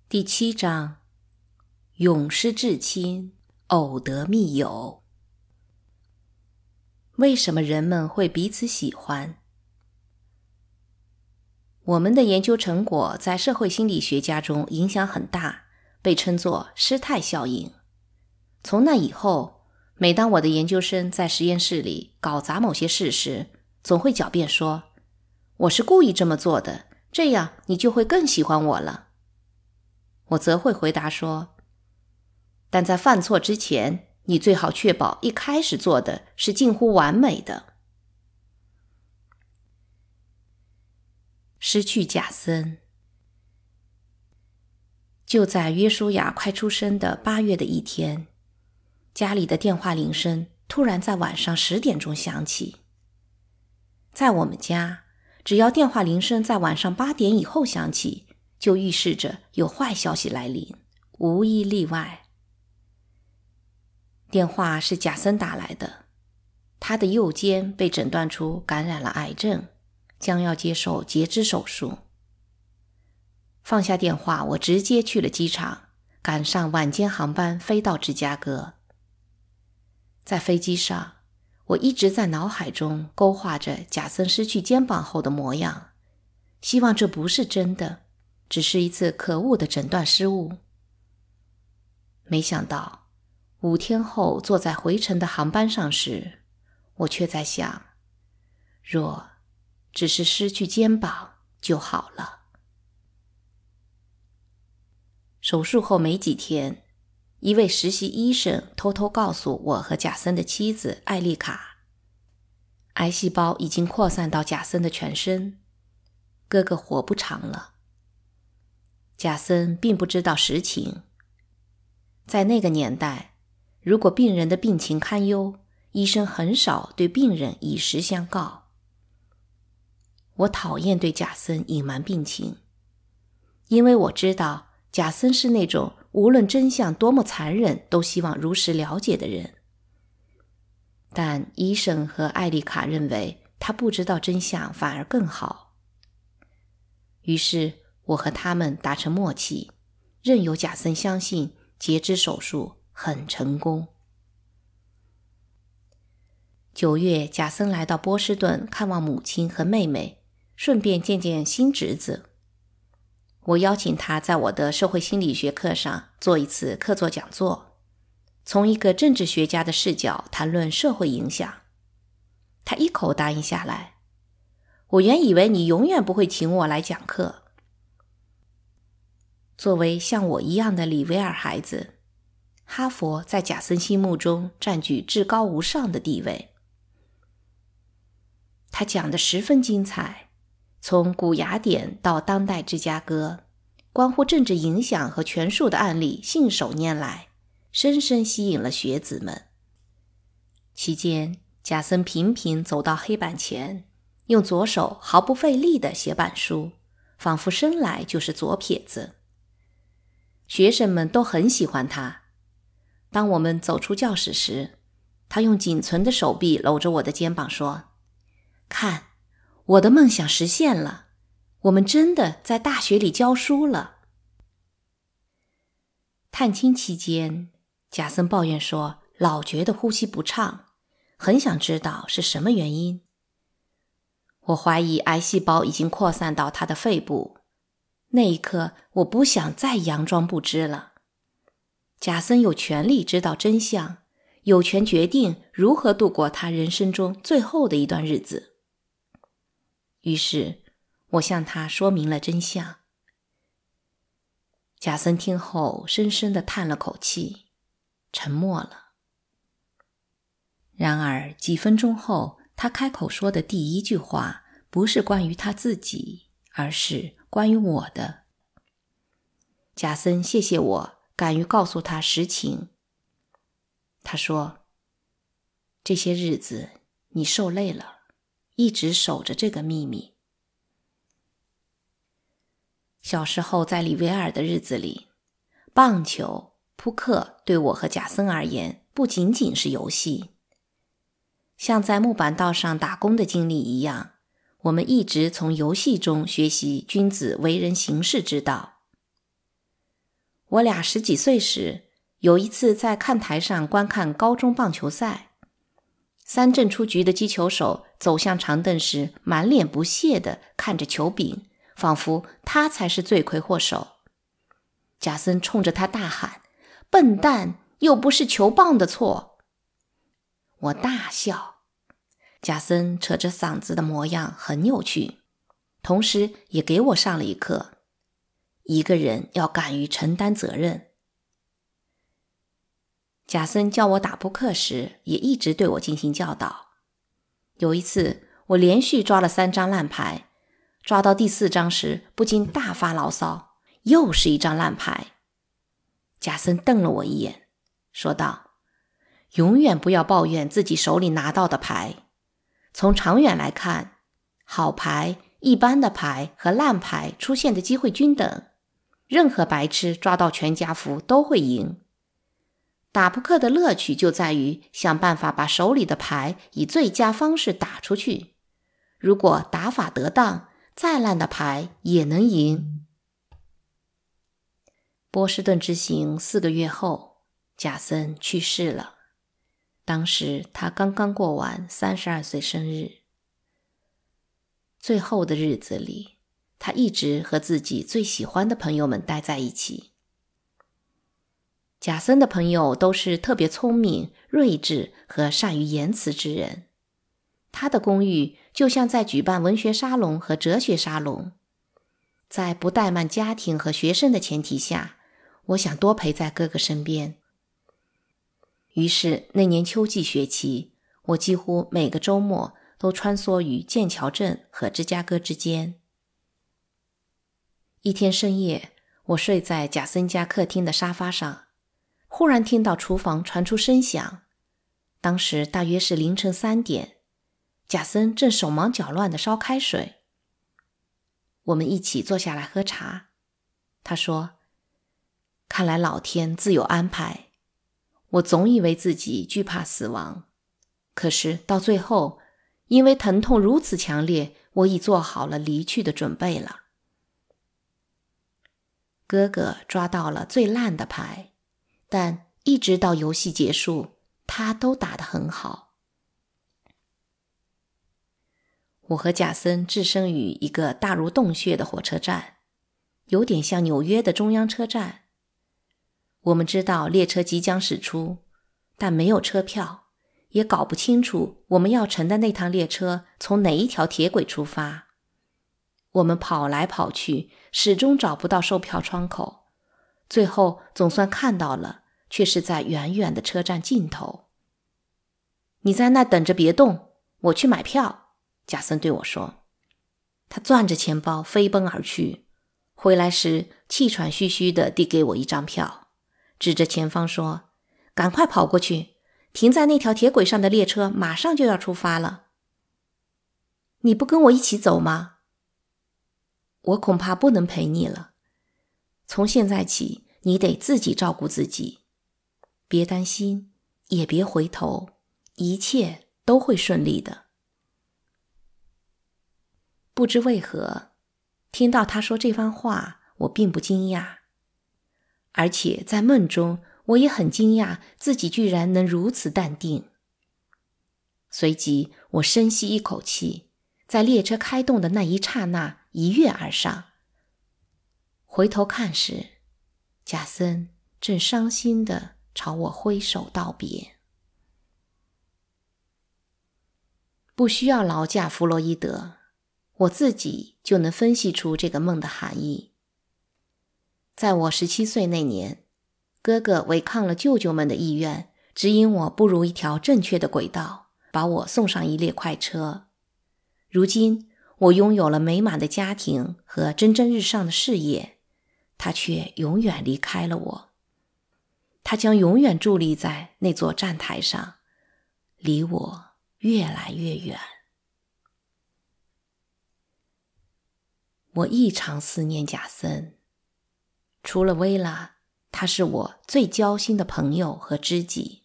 第7章，永失至亲，偶得密友。为什么人们会彼此喜欢？我们的研究成果在社会心理学家中影响很大，被称作施泰效应。从那以后，每当我的研究生在实验室里搞砸某些事时，总会狡辩说，我是故意这么做的，这样你就会更喜欢我了。我则会回答说，但在犯错之前，你最好确保一开始做的是近乎完美的。失去贾森。就在约书亚快出生的8月的一天，家里的电话铃声突然在晚上10点钟响起。在我们家，只要电话铃声在晚上8点以后响起，就预示着有坏消息来临，无一例外。电话是贾森打来的，他的右肩被诊断出感染了癌症，将要接受截肢手术。放下电话，我直接去了机场，赶上晚间航班飞到芝加哥。在飞机上，我一直在脑海中勾画着贾森失去肩膀后的模样，希望这不是真的，只是一次可恶的诊断失误。没想到5天后坐在回程的航班上时，我却在想，若只是失去肩膀就好了。手术后没几天，一位实习医生偷偷告诉我和贾森的妻子艾丽卡，癌细胞已经扩散到贾森的全身，哥哥活不长了。贾森并不知道实情。在那个年代，如果病人的病情堪忧，医生很少对病人以实相告。我讨厌对贾森隐瞒病情，因为我知道贾森是那种无论真相多么残忍都希望如实了解的人。但医生和艾丽卡认为他不知道真相反而更好。于是我和他们达成默契，任由贾森相信截肢手术很成功。9月，贾森来到波士顿看望母亲和妹妹，顺便见见新侄子。我邀请他在我的社会心理学课上做一次客座讲座，从一个政治学家的视角谈论社会影响。他一口答应下来。我原以为你永远不会请我来讲课。作为像我一样的里维尔孩子，哈佛在贾森心目中占据至高无上的地位。他讲得十分精彩，从古雅典到当代芝加哥，关乎政治影响和权术的案例信手拈来，深深吸引了学子们。期间，贾森频频走到黑板前，用左手毫不费力地写板书，仿佛生来就是左撇子。学生们都很喜欢他。当我们走出教室时，他用仅存的手臂搂着我的肩膀说，看，我的梦想实现了，我们真的在大学里教书了。探亲期间，贾森抱怨说老觉得呼吸不畅，很想知道是什么原因。我怀疑癌细胞已经扩散到他的肺部。那一刻，我不想再佯装不知了。贾森有权利知道真相，有权决定如何度过他人生中最后的一段日子。于是，我向他说明了真相。贾森听后深深地叹了口气，沉默了。然而几分钟后，他开口说的第一句话不是关于他自己，而是关于我的。贾森谢谢我敢于告诉他实情。他说，这些日子你受累了，一直守着这个秘密。小时候在里维尔的日子里，棒球、扑克对我和贾森而言不仅仅是游戏。像在木板道上打工的经历一样，我们一直从游戏中学习君子为人行事之道。 我俩10几岁时，有一次在看台上观看高中棒球赛，3振出局的击球手走向长凳时，满脸不屑地看着球柄，仿佛他才是罪魁祸首。贾森冲着他大喊：笨蛋，又不是球棒的错。我大笑，贾森扯着嗓子的模样很有趣，同时也给我上了一课，一个人要敢于承担责任。贾森教我打扑克时，也一直对我进行教导。有一次，我连续抓了3张烂牌，抓到第4张时，不禁大发牢骚，又是一张烂牌。贾森瞪了我一眼，说道：永远不要抱怨自己手里拿到的牌。从长远来看，好牌、一般的牌和烂牌出现的机会均等，任何白痴抓到全家福都会赢。打扑克的乐趣就在于想办法把手里的牌以最佳方式打出去。如果打法得当，再烂的牌也能赢。波士顿之行4个月后，贾森去世了。当时他刚刚过完32岁生日。最后的日子里，他一直和自己最喜欢的朋友们待在一起。贾森的朋友都是特别聪明、睿智和善于言辞之人。他的公寓就像在举办文学沙龙和哲学沙龙。在不怠慢家庭和学生的前提下，我想多陪在哥哥身边。于是那年秋季学期，我几乎每个周末都穿梭于剑桥镇和芝加哥之间。一天深夜，我睡在贾森家客厅的沙发上，忽然听到厨房传出声响。当时大约是凌晨3点，贾森正手忙脚乱地烧开水。我们一起坐下来喝茶。他说：看来老天自有安排。我总以为自己惧怕死亡，可是到最后，因为疼痛如此强烈，我已做好了离去的准备了。哥哥抓到了最烂的牌，但一直到游戏结束，他都打得很好。我和贾森置身于一个大如洞穴的火车站，有点像纽约的中央车站。我们知道列车即将驶出，但没有车票，也搞不清楚我们要乘的那趟列车从哪一条铁轨出发。我们跑来跑去，始终找不到售票窗口，最后总算看到了，却是在远远的车站尽头。你在那等着别动，我去买票，贾森对我说。他攥着钱包飞奔而去，回来时气喘吁吁地递给我一张票，指着前方说：赶快跑过去，停在那条铁轨上的列车马上就要出发了。你不跟我一起走吗？我恐怕不能陪你了。从现在起，你得自己照顾自己，别担心，也别回头，一切都会顺利的。不知为何，听到他说这番话，我并不惊讶。而且在梦中，我也很惊讶自己居然能如此淡定。随即我深吸一口气，在列车开动的那一刹那一跃而上。回头看时，贾森正伤心地朝我挥手道别。不需要劳驾弗洛伊德，我自己就能分析出这个梦的含义。在我17岁那年，哥哥违抗了舅舅们的意愿，指引我步入一条正确的轨道，把我送上一列快车。如今，我拥有了美满的家庭和蒸蒸日上的事业，他却永远离开了我。他将永远伫立在那座站台上，离我越来越远。我异常思念贾森。除了薇拉，他是我最交心的朋友和知己。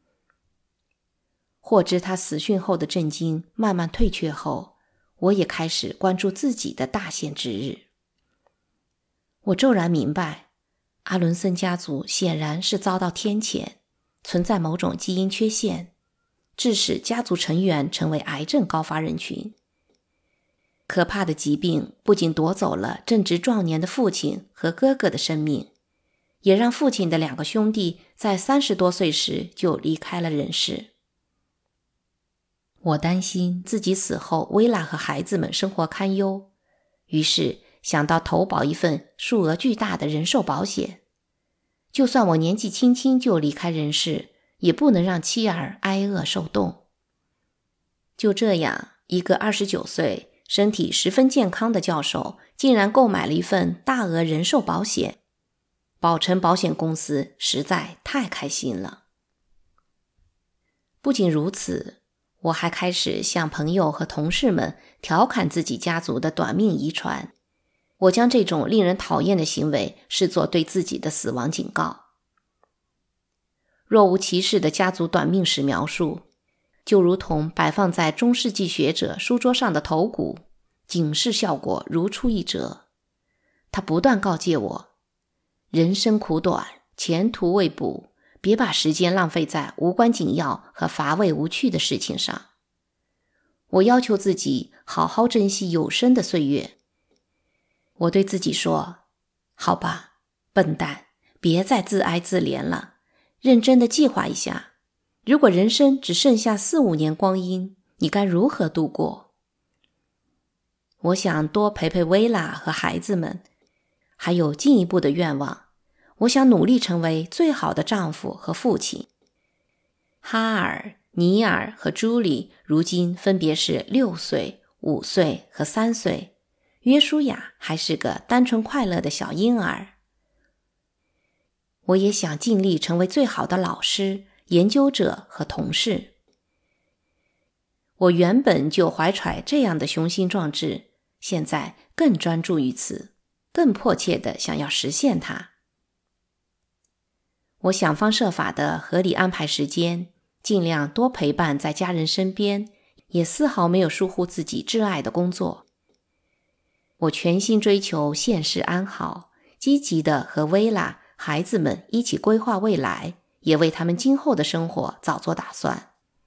获知他死讯后的震惊慢慢退却后，我也开始关注自己的大限之日。我骤然明白， 阿伦森家族显然是遭到天谴，存在某种基因缺陷，致使家族成员成为癌症高发人群。可怕的疾病不仅夺走了正值壮年的父亲和哥哥的生命，也让父亲的2个兄弟在30多岁时就离开了人世。我担心自己死后薇拉和孩子们生活堪忧，于是想到投保一份数额巨大的人寿保险。就算我年纪轻轻就离开人世，也不能让妻儿挨饿受冻。就这样，一个29岁、身体十分健康的教授竟然购买了一份大额人寿保险，保诚保险公司实在太开心了。不仅如此，我还开始向朋友和同事们调侃自己家族的短命遗传。我将这种令人讨厌的行为视作对自己的死亡警告。若无其事的家族短命史描述，就如同摆放在中世纪学者书桌上的头骨，警示效果如出一辙。他不断告诫我，人生苦短，前途未卜，别把时间浪费在无关紧要和乏味无趣的事情上。我要求自己好好珍惜有生的岁月。我对自己说，好吧，笨蛋，别再自哀自怜了，认真地计划一下，如果人生只剩下4、5年光阴，你该如何度过？我想多陪陪薇拉和孩子们，还有进一步的愿望，我想努力成为最好的丈夫和父亲。哈尔、尼尔和朱莉如今分别是6岁、5岁和3岁，约书亚还是个单纯快乐的小婴儿。我也想尽力成为最好的老师、研究者和同事。我原本就怀揣这样的雄心壮志，现在更专注于此，更迫切地想要实现它。我想方设法地合理安排时间，尽量多陪伴在家人身边，也丝毫没有疏忽自己挚爱的工作。我全心追求现世安好，积极地和薇拉、孩子们一起规划未来，也为他们今后的生活早做打算。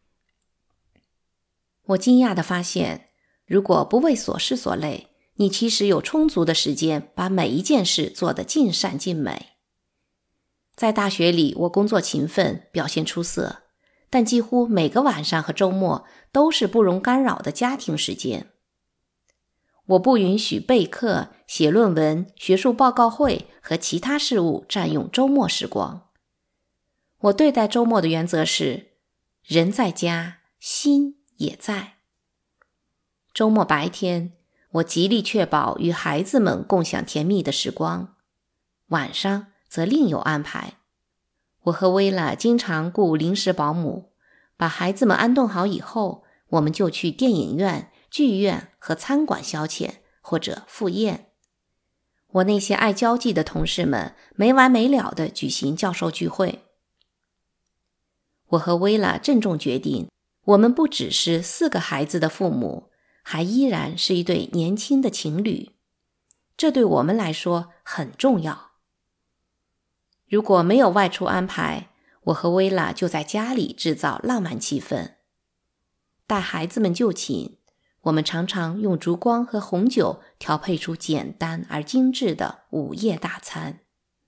我惊讶地发现，如果不为琐事所累，你其实有充足的时间把每一件事做得尽善尽美。在大学里，我工作勤奋，表现出色，但几乎每个晚上和周末都是不容干扰的家庭时间。我不允许备课、写论文、学术报告会和其他事务占用周末时光。我对待周末的原则是，人在家，心也在。周末白天，我极力确保与孩子们共享甜蜜的时光，晚上则另有安排。我和薇拉经常雇临时保姆，把孩子们安顿好以后，我们就去电影院、剧院和餐馆消遣，或者赴宴。我那些爱交际的同事们没完没了地举行教授聚会。我和薇拉郑重决定，我们不只是4个孩子的父母，还依然是一对年轻的情侣。这对我们来说很重要。如果没有外出安排，我和薇拉就在家里制造浪漫气氛。带孩子们就寝，我们常常用烛光和红酒调配出简单而精致的午夜大餐。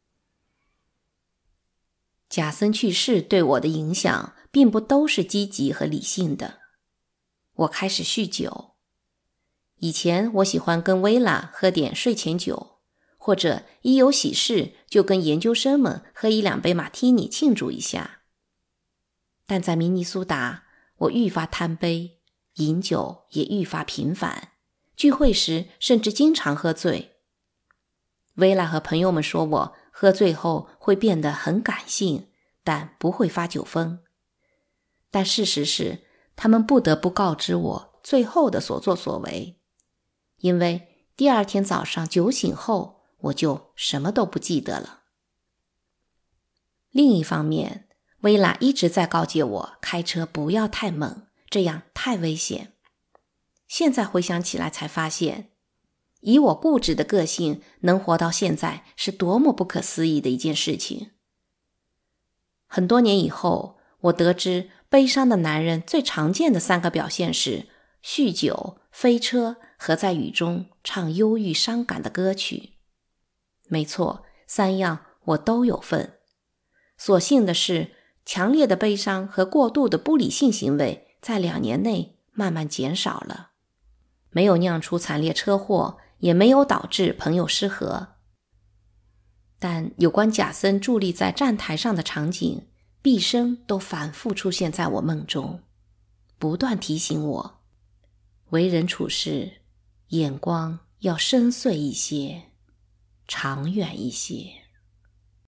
贾森去世对我的影响并不都是积极和理性的。我开始酗酒。以前我喜欢跟薇拉喝点睡前酒，或者一有喜事就跟研究生们喝1、2杯马提尼庆祝一下。但在明尼苏达，我愈发贪杯，饮酒也愈发频繁，聚会时甚至经常喝醉。薇拉和朋友们说我喝醉后会变得很感性，但不会发酒疯。但事实是，他们不得不告知我最后的所作所为，因为第2天早上酒醒后，我就什么都不记得了。另一方面，薇拉一直在告诫我开车不要太猛，这样太危险。现在回想起来才发现， 以我固执的个性，能活到现在是多么不可思议的一件事情。很多年以后，我得知悲伤的男人最常见的3个表现是酗酒、飞车和在雨中唱忧郁伤感的歌曲。没错，3样我都有份。所幸的是，强烈的悲伤和过度的不理性行为在2年内慢慢减少了，没有酿出惨烈车祸，也没有导致朋友失和。但有关贾森伫立在站台上的场景，毕生都反复出现在我梦中，不断提醒我，为人处事眼光要深邃一些，长远一些。